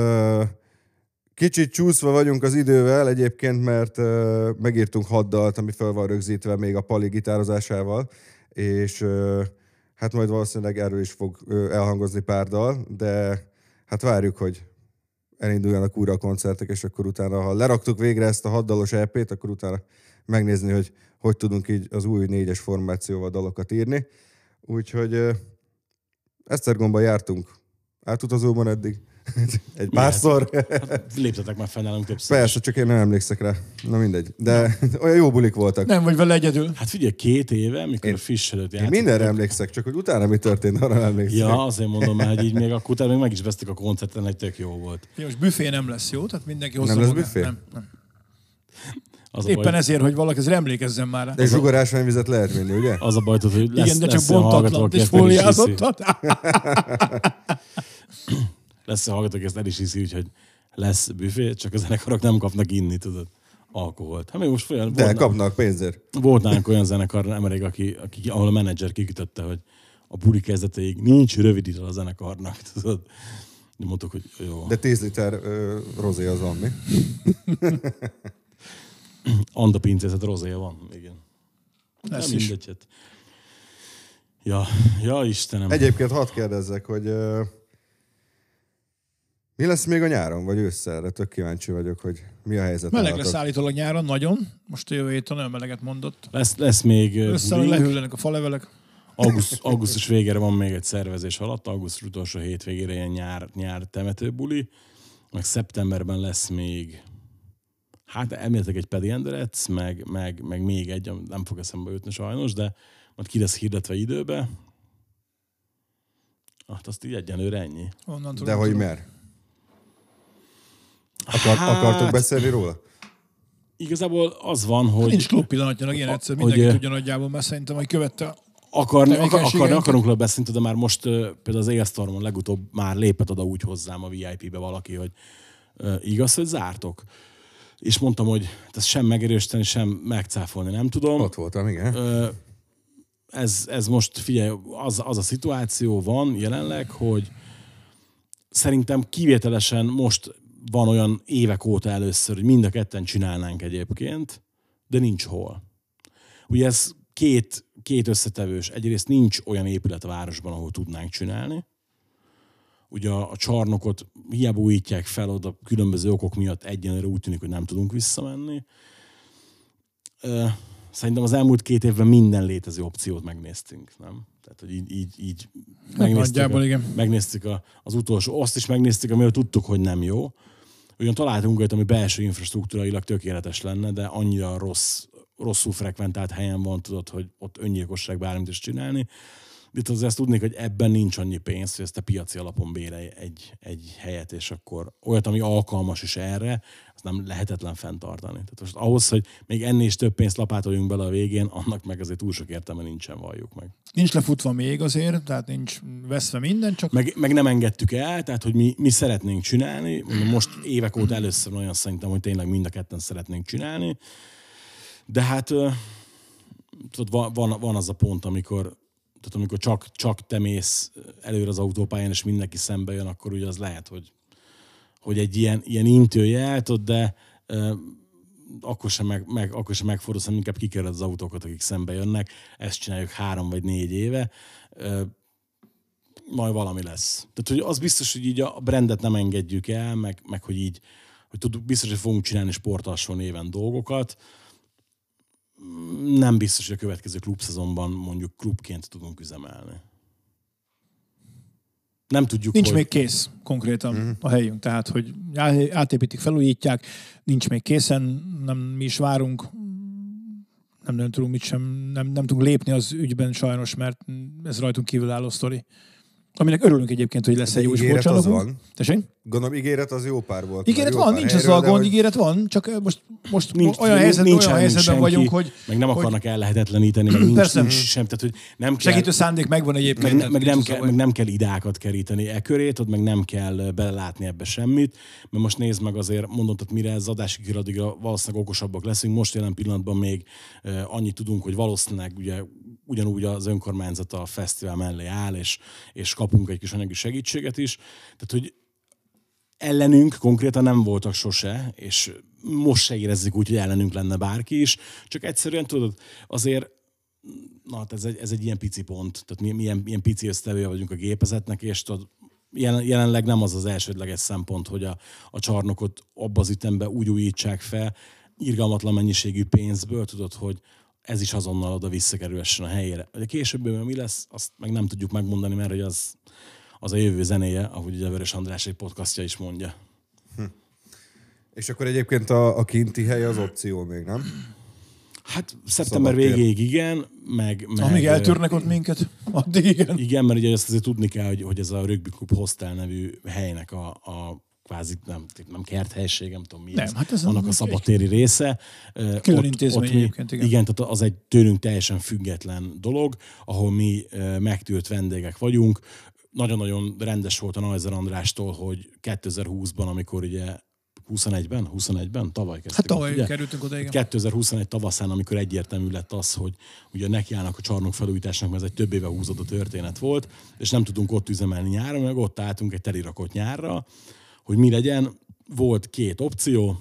Kicsit csúszva vagyunk az idővel egyébként, mert megírtunk 6 dalt, ami fel van rögzítve még a Pali gitározásával, és hát majd valószínűleg erről is fog elhangozni pár dal, de hát várjuk, hogy elinduljanak újra a koncertek, és akkor utána, ha leraktuk végre ezt a 6 dalos EP-t, akkor utána megnézni, hogy tudunk így az új 4-es formációval dalokat írni. Úgyhogy Esztergomban jártunk átutazóban eddig. Egy párszor. Hát, léptetek már fel nálunk többször. Persze, csak én nem emlékszek rá. Na mindegy. De olyan jó bulik voltak. Nem vagy vele egyedül. Hát figyelj, 2 éve, mikor a Fish előtt játszottunk. Én mindenre emlékszek, csak hogy utána mi történt, arra emlékszek. Ja, azért mondom már, hogy így még akkor utána még meg is vesztük a koncerten, hogy tök jó volt. Most büfé nem lesz, jó? Tehát mindenki hozzá. Nem lesz büfé? Nem. Éppen baj, ezért, hogy valaki azért emlékezzen már rá. De zsugorásványvizet lehet vinni, ugye? Az a baj, hogy lesz, igen, de lesz csak bontatlant és fóliázottat. Lesz a hallgatók, ezt el is hiszi, úgyhogy lesz büfé, csak a zenekarok nem kapnak inni, tudod, alkoholt. Hát még most olyan, de kapnak pénzért. Volt nálunk olyan zenekar nemrég, ahol a menedzser kiütötte, hogy a buli kezdeteig nincs rövidítve a zenekarnak, tudod. De mondtuk, hogy jó. De 10 liter rozé az van, mi? Anda pincészet rozéja van, igen. Nem mindegy, hát. Ja, Istenem. Egyébként hadd kérdezzek, hogy mi lesz még a nyáron, vagy ősszel? Tök kíváncsi vagyok, hogy mi a helyzet. Meleg lesz állítólag nyáron, nagyon. Most a jövő héten nagyon meleget mondott. Lesz még lehűllenek a falevelek. Augusztus végére van még egy szervezés alatt, augusztus utolsó hétvégére ilyen nyár temetőbuli, meg szeptemberben lesz még, hát elméletileg egy Paddy and Rats, meg még egy, nem fog eszembe jutni sajnos, de majd ki lesz hirdetve időbe. Hát azt így egyenlőre ennyi. De hogy mer? Akartok beszélni róla? Igazából az van, hogy... Nincs klub pillanatnyilag, ilyen egyszer mindenki tudja nagyjából, mert szerintem, hogy követte akarunk le beszélni, de már most például az Ailstormon legutóbb már lépett oda úgy hozzám a VIP-be valaki, hogy igaz, hogy zártok? És mondtam, hogy ezt sem megerősíteni, sem megcáfolni nem tudom. Ott voltam, igen. Ez most, figyelj, az a szituáció van jelenleg, hogy szerintem kivételesen most van olyan évek óta először, hogy mind a ketten csinálnánk egyébként, de nincs hol. Ugye ez két összetevős. Egyrészt nincs olyan épület a városban, ahol tudnánk csinálni. Ugye a csarnokot hiába újítják fel, oda különböző okok miatt egyenlőre úgy tűnik, hogy nem tudunk visszamenni. Szerintem az elmúlt 2 évben minden létező opciót megnéztünk, nem? Tehát, hogy így megnéztük az utolsó, azt is megnéztük, amiről tudtuk, hogy nem jó. Ugyan találtunk olyat, ami belső infrastruktúrailag tökéletes lenne, de annyira rosszul frekventált helyen van, tudod, hogy ott öngyilkosság bármit is csinálni. itt azért tudnék, hogy ebben nincs annyi pénz, hogy ezt a piaci alapon bérelj egy helyet, és akkor olyat, ami alkalmas is erre, azt nem lehetetlen fenntartani. Tehát most ahhoz, hogy még ennél is több pénzt lapátoljunk bele a végén, annak meg azért túl sok értelme nincsen, valljuk meg. Nincs lefutva még azért, tehát nincs veszve minden, csak... Meg nem engedtük el, tehát hogy mi szeretnénk csinálni. Most évek óta először olyan szerintem, hogy tényleg mind a ketten szeretnénk csinálni. De hát tudod, van az a pont, amikor csak te mész előre az autópályán, és mindenki szembe jön, akkor ugye az lehet, hogy egy ilyen intőjel, de akkor sem megfordulsz, hanem inkább kikerüled az autókat, akik szembe jönnek. Ezt csináljuk 3 vagy 4 éve. Majd valami lesz. Tehát, hogy az biztos, hogy így a brandet nem engedjük el, meg hogy így, hogy tudjuk, biztos, hogy fogunk csinálni sportalsó néven dolgokat. Nem biztos, hogy a következő klubszezonban mondjuk klubként tudunk üzemelni. Nem tudjuk, nincs még kész konkrétan a helyünk, tehát hogy átépítik, felújítják, nincs még készen, mi is várunk, nem tudunk mit sem, nem tudunk lépni az ügyben sajnos, mert ez rajtunk kívülálló sztori. Aminek örülünk egyébként, hogy lesz egy új sportcsarnokunk. Tessék? Gondolom, ígéret az jó pár volt. Ígéret van, nincs az a gond, ígéret van, csak most nincs, olyan helyzetben vagyunk, hogy... Meg nem akarnak ellehetetleníteni, meg nincs sem, tehát hogy nem kell... Segítő szándék megvan egyébként. Meg nem kell idákat keríteni körét, ott meg nem kell belelátni ebbe semmit, mert most nézd meg azért, mondod, mire ez adásig ír, addigra valószínűleg okosabbak leszünk. Most jelen pillanatban még annyit tudunk, hogy valószínűleg ugye ugyanúgy az önkormányzat a fesztivál mellé áll, és kapunk egy kis anyagi segítséget is. Tehát, hogy ellenünk konkrétan nem voltak sose, és most se érezzük úgy, hogy ellenünk lenne bárki is. Csak egyszerűen tudod, azért ez egy ilyen pici pont, tehát mi ilyen pici összetevője vagyunk a gépezetnek, és tudod, jelenleg nem az elsődleges szempont, hogy a csarnokot abba az ütemben úgy újítsák fel, irgalmatlan mennyiségű pénzből, tudod, hogy ez is azonnal oda visszakerülhessen a helyére. De később mi lesz, azt meg nem tudjuk megmondani, mert hogy az a jövő zenéje, ahogy ugye Vörös András egy podcastja is mondja. És akkor egyébként a kinti hely az opció még, nem? Hát szeptember végéig igen, meg amíg eltűrnek ott minket, addig igen. Igen, mert ugye azt azért tudni kell, hogy ez a Rugby Club Hostel nevű helynek a kvázi nem kerthelyiség, nem tudom mi nem, ez. Hát ez annak a szabadtéri része. Külön intézmény egyébként, igen, tehát az egy tőlünk teljesen független dolog, ahol mi megtűrt vendégek vagyunk. Nagyon-nagyon rendes volt a Neuser Andrástól, hogy 2020-ban, amikor ugye 21-ben? Tavaly kezdtük. Hát tavaly kerültünk oda, igen. 2021 tavaszán, amikor egyértelmű lett az, hogy ugye nekiállnak a csarnok felújításnak, mert ez egy több éve húzódó történet volt, és nem tudunk ott üzemelni nyáron, meg ott álltunk egy telirakott nyárra, hogy mi legyen. Volt 2 opció.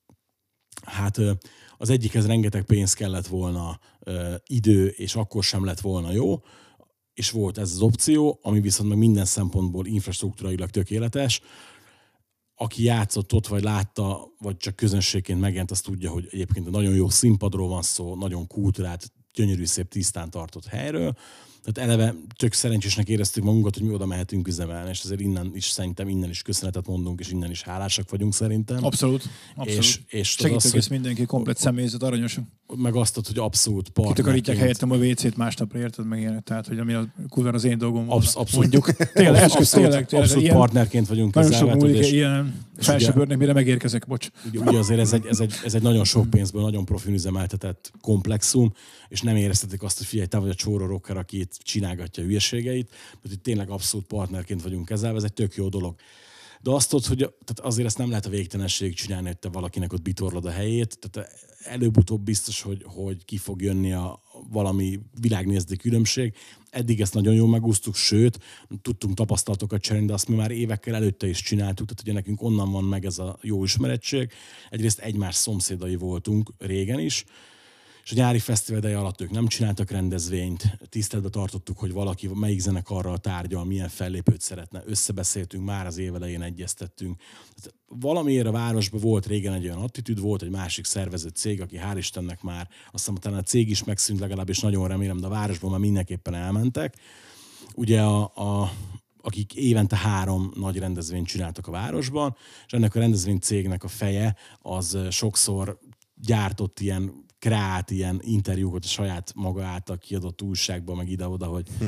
Hát az egyikhez rengeteg pénz kellett volna, idő, és akkor sem lett volna jó, és volt ez az opció, ami viszont meg minden szempontból infrastruktúrailag tökéletes. Aki játszott ott, vagy látta, vagy csak közönségként megjelent, azt tudja, hogy egyébként nagyon jó színpadról van szó, nagyon kultúrát, gyönyörű, szép, tisztán tartott helyről. Tehát eleve tök szerencsésnek éreztük magunkat, hogy mi oda mehetünk üzemelni, és azért innen is köszönetet mondunk, és innen is hálásak vagyunk szerintem. Abszolút. És segítek ezt mindenki, komplet személyzet, aranyosak. Meg azt, hogy abszolút partnerként. Kitakarítják helyettem a WC-t másnapra, érted meg ilyenek, tehát hogy ami a kurva az én dolgom volna. Abszolút. Mondjuk. Tényleg, tényleg. Abszolút partnerként vagyunk kezelve. Nagyon sok múlik ilyen felsőbőrnek, mire megérkezek, bocs. Ugye azért ez egy nagyon sok pénzből, nagyon profin üzemeltetett komplexum, és nem éreztetik azt, hogy figyelj, te vagy a csóró rocker, aki itt csinálgatja a hülyeségeit, tehát itt tényleg abszolút partnerként vagyunk kezelve, ez egy tök jó dolog. De azt tudod, hogy tehát azért ezt nem lehet a végtelenség csinálni, hogy te valakinek ott bitorlod a helyét, tehát előbb-utóbb biztos, hogy ki fog jönni valami világnézeti különbség. Eddig ezt nagyon jól megúsztuk, sőt, tudtunk tapasztalatokat cserélni, de azt mi már évekkel előtte is csináltuk, tehát ugye nekünk onnan van meg ez a jó ismerettség. Egyrészt egymás szomszédai voltunk régen is, és a nyári fesztivál ideje alatt ők nem csináltak rendezvényt, tiszteletben tartottuk, hogy valaki melyik zenekarral tárgyal, milyen fellépőt szeretne, összebeszéltünk, már az év elején egyeztettünk. Valamiért a városban volt régen egy olyan attitűd, volt egy másik szervező cég, aki hál' Istennek már, azt hiszem, talán a cég is megszűnt, legalábbis nagyon remélem, de a városban már mindenképpen elmentek. Ugye akik évente 3 nagy rendezvényt csináltak a városban, és ennek a rendezvénycégnek a feje az sokszor gyártott ilyen kreált ilyen interjúkat a saját maga által kiadott újságban, meg ide-oda,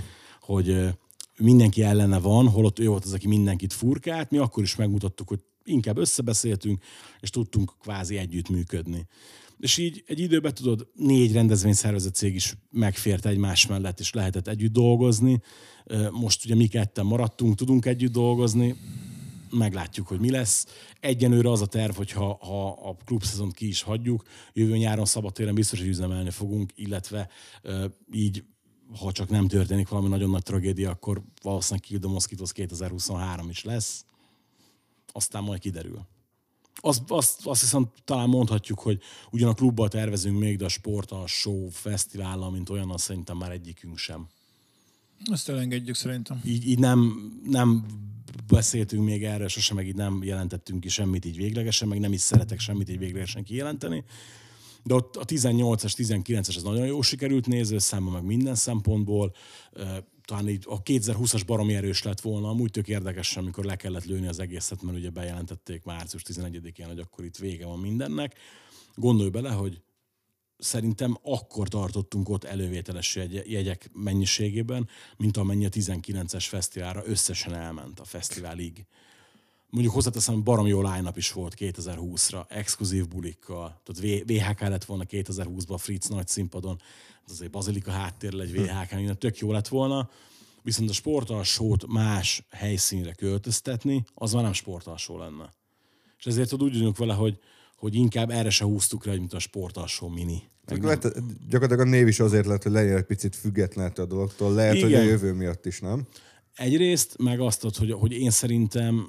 hogy mindenki ellene van, holott ő volt az, aki mindenkit furkált, mi akkor is megmutattuk, hogy inkább összebeszéltünk, és tudtunk kvázi együttműködni. És így egy időben tudod, 4 rendezvényszervező cég is megfért egymás mellett, és lehetett együtt dolgozni. Most ugye mi ketten maradtunk, tudunk együtt dolgozni, meglátjuk, hogy mi lesz. Egyenőre az a terv, hogyha a klubszezont ki is hagyjuk, jövő nyáron szabadtéren biztos, hogy üzemelni fogunk, illetve így, ha csak nem történik valami nagyon nagy tragédia, akkor valószínűleg Kill the Mosquitoes 2023 is lesz. Aztán majd kiderül. Azt hiszem talán mondhatjuk, hogy ugyan a klubban tervezünk még, de a sport, a show, fesztivállal, mint olyan, azt szerintem már egyikünk sem. Azt elengedjük szerintem. Így nem beszéltünk még erre, sosem meg így nem jelentettünk ki semmit így véglegesen, meg nem is szeretek semmit így véglegesen kijelenteni. De ott a 18-es, 19-es az nagyon jó sikerült nézőszámban, meg minden szempontból. Talán így a 2020-as baromi erős lett volna, amúgy tök érdekes, amikor le kellett lőni az egészet, mert ugye bejelentették március 11-én, hogy akkor itt vége van mindennek. Gondolj bele, hogy szerintem akkor tartottunk ott elővételes jegyek mennyiségében, mint amennyi a 19-es fesztiválra összesen elment a fesztiválig. Mondjuk hozzáteszem, hogy baromi jó line-up is volt 2020-ra, exkluzív bulikkal. Tehát VHK lett volna 2020-ban a Fritz nagy színpadon, azért Bazilika háttérrel egy VHK, minden tök jó lett volna. Viszont a sportalsót más helyszínre költöztetni, az már nem sportalsó lenne. És ezért úgy vagyunk vele, hogy inkább erre se húztuk rá, mint a sportalsó mini. Gyakorlatilag a név is azért lett, hogy legyen egy picit független a dologtól. Lehet, igen, hogy a jövő miatt is, nem? Egyrészt, meg azt, hogy én szerintem...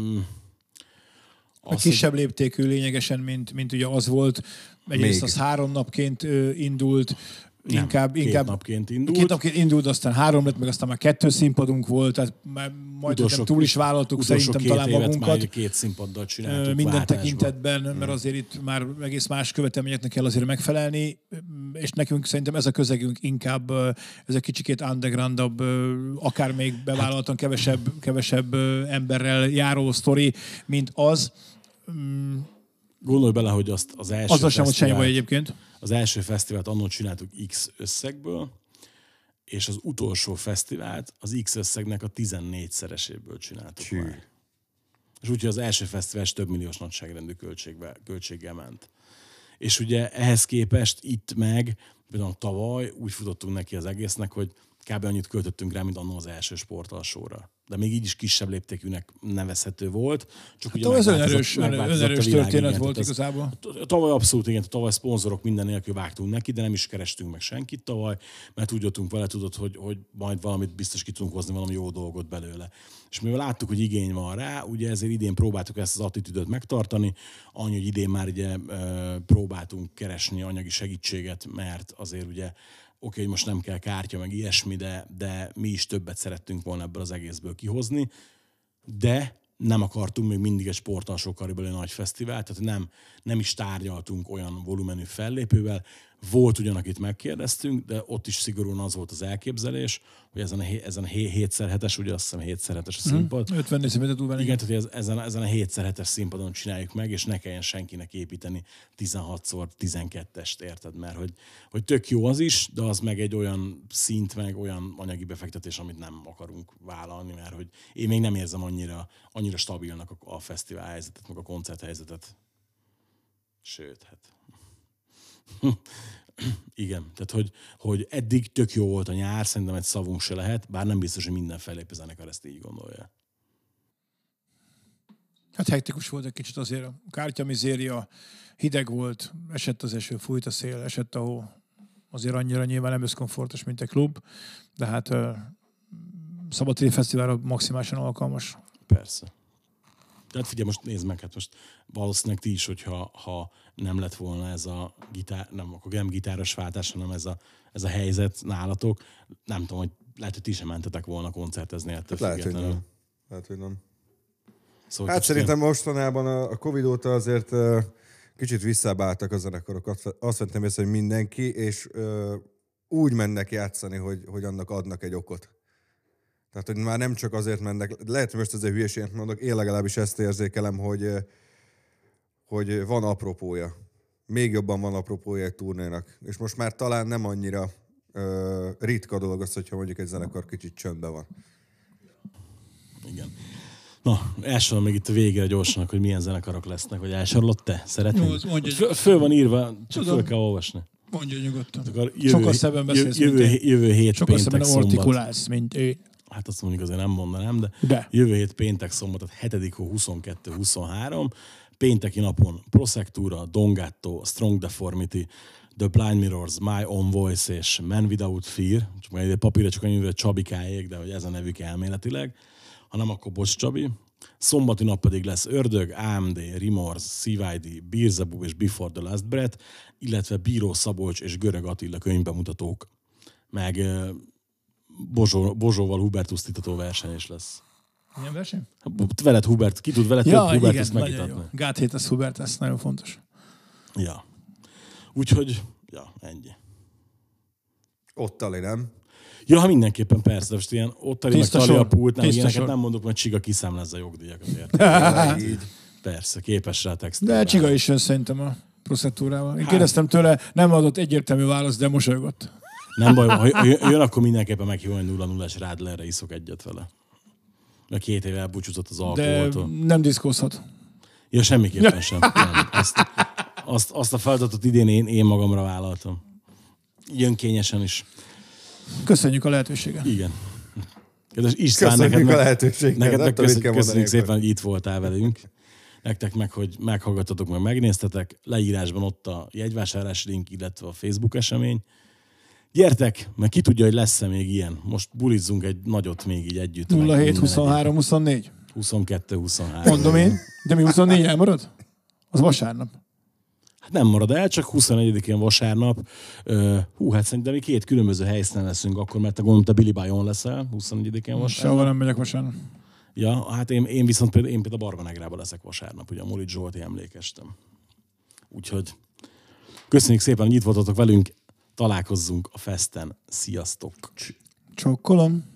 A kisebb léptékű lényegesen, mint ugye az volt. Egyrészt az 3 napként indult, inkább 2 napként indult. 2 napként indult, aztán 3 lett, meg aztán már 2 színpadunk volt, tehát majd túl is vállaltuk szerintem talán magunkat. Már 2 színpaddal csináltuk minden váltásba. tekintetben, mert azért itt már egész más követelményeknek kell azért megfelelni, és nekünk szerintem ez a közegünk inkább ez egy kicsikét undergroundabb, akár még bevállaltan kevesebb emberrel járó sztori, mint az. Gondolj bele, hogy azt az első azzal sem, hogy semmi baj egyébként. Az első fesztivált annól csináltuk X összegből, és az utolsó fesztivált az X összegnek a 14-szereséből csináltuk meg. És úgyhogy az első fesztivál több milliós nagyságrendű költséggel ment. És ugye ehhez képest itt meg, például tavaly úgy futottunk neki az egésznek, hogy kb. Annyit költöttünk rá, mint annól az első sportalsóra. De még így is kisebb léptékűnek nevezhető volt. Csak ugye ez önerős történet volt igazából. Tavaly abszolút, igen, tavaly szponzorok minden nélkül vágtunk neki, de nem is kerestünk meg senkit tavaly, mert úgy jöttünk vele, tudod, hogy majd valamit biztos ki tudunk hozni, valami jó dolgot belőle. És mivel láttuk, hogy igény van rá, ugye ezért idén próbáltuk ezt az attitűdöt megtartani, annyi, hogy idén már ugye próbáltunk keresni anyagi segítséget, mert azért ugye oké, hogy most nem kell kártya, meg ilyesmi, de mi is többet szerettünk volna ebből az egészből kihozni, de nem akartunk még mindig egy sportalsó karibeli nagy fesztivált, tehát nem is tárgyaltunk olyan volumenű fellépővel. Volt ugyan, akit megkérdeztünk, de ott is szigorúan az volt az elképzelés, hogy ezen a 7x7-es, ugye azt hiszem 7x7-es a színpad. 54 cm túl. Igen, tehát ezen a 7x7-es színpadon csináljuk meg, és ne kelljen senkinek építeni 16x12-est, érted? Mert hogy tök jó az is, de az meg egy olyan szint, meg olyan anyagi befektetés, amit nem akarunk vállalni, mert hogy én még nem érzem annyira stabilnak a fesztivál helyzetet, meg a koncert helyzetet. Sőt, hát... Igen, tehát hogy eddig tök jó volt a nyár, szerintem egy szavunk se lehet, bár nem biztos, hogy minden fellépő zenekar ezt így gondolja. Hát hektikus volt egy kicsit azért, a kártyamizéria, hideg volt, esett az eső, fújt a szél, esett a hó. Azért annyira nyilván nem összkomfortos, mint egy klub, de hát szabadtéri fesztiválra maximálisan alkalmas. Persze. Tehát figyelj, most nézd meg, hát most valószínűleg ti is, hogyha nem lett volna ez a gitár, nem gitáros váltás, hanem ez a helyzet nálatok, nem tudom, hogy lehet, hogy ti sem mentetek volna koncertezni ettől függetlenül. Lehet, hogy nem. Szóval hát szerintem mostanában a Covid óta azért kicsit visszábbáltak a zenekarokat. Azt vettem észre, hogy mindenki, és úgy mennek játszani, hogy annak adnak egy okot. Tehát, hogy már nem csak azért mennek, lehet, hogy most azért hülyeséget mondok, én legalábbis ezt érzékelem, hogy van apropója. Még jobban van apropója egy turnénak. És most már talán nem annyira ritka dolog az, hogyha mondjuk egy zenekar kicsit csöndben van. Igen. Na, elsorolom még itt a végére gyorsan, hogy milyen zenekarok lesznek, vagy elsorolod te? Szeretnéd? Föl van írva, csak föl kell olvasni. Mondja nyugodtan. Sokkal szebben beszélsz, jövő hét sokkal péntek szebben szombat. artikulálsz, mint én. Hát azt mondjuk azért nem mondanám, De. Jövő hét péntek szombat, 7. hó 22-23. Pénteki napon Prosectura, Dongatto, Strong Deformity, The Blind Mirrors, My Own Voice és Man Without Fear. Csak majd egy papírra csak annyira, hogy Csabikáék, de hogy ez a nevük elméletileg. Ha nem, akkor bocs Csabi. Szombati nap pedig lesz Ördög, AMD, Remorse, CYD, Beelzebub és Before the Last Breath, illetve Bíró Szabolcs és Görög Attila könyvbemutatók. Meg Bozsóval Hubertus titató verseny is lesz. Milyen verseny? Veled Hubert, ki tud veled több Hubertus megitatni. Gáthétes Hubert, ez nagyon fontos. Ja. Úgyhogy, ja, ennyi. Ottali, nem? Ja, ha mindenképpen persze, most ilyen ottalinak tali a pult, nem, ilyeneket nem mondok, mert Csiga kiszámlázza a jogdíjakat érte. Így. Persze, képes rá textben. De Csiga is jön szerintem a Prosecturával. Én kérdeztem tőle, nem adott egyértelmű választ, de mosolygott. Nem baj, ha jön, akkor mindenképpen meghívom, hogy 0-0-es Rádlerre iszok egyet vele. Mert 2 éve elbúcsúzott az alkoholtól. De nem diszkózhat. Ja, semmiképpen sem. Nem. Azt a feladatot idén én magamra vállaltam. Önkényesen is. Köszönjük a lehetőséget. Igen. Kedves István, köszönjük a lehetőséget. Neked köszönjük szépen, hogy itt voltál velünk. Nektek meg, hogy meghallgattatok, meg megnéztetek. Leírásban ott a jegyvásárlás link, illetve a Facebook esemény. Gyertek, mert ki tudja, hogy lesz-e még ilyen. Most bulizzunk egy nagyot még így együtt. 07, 23, 24. 22, 23. Mondom én, de mi 24 elmarad? Az vasárnap. Hát nem marad el, csak 21-én vasárnap. Hát szerintem mi 2 különböző helyszínen leszünk akkor, mert te gondolom, te Billy Bajon leszel 21-én vasárnap. Sehova nem megyek vasárnap. Ja, hát én viszont például Barbanegrában leszek vasárnap, ugye a Molit Zsolti emlékeztem. Úgyhogy köszönjük szépen, hogy itt voltatok velünk, találkozzunk a festen. Sziasztok! Csokkolom.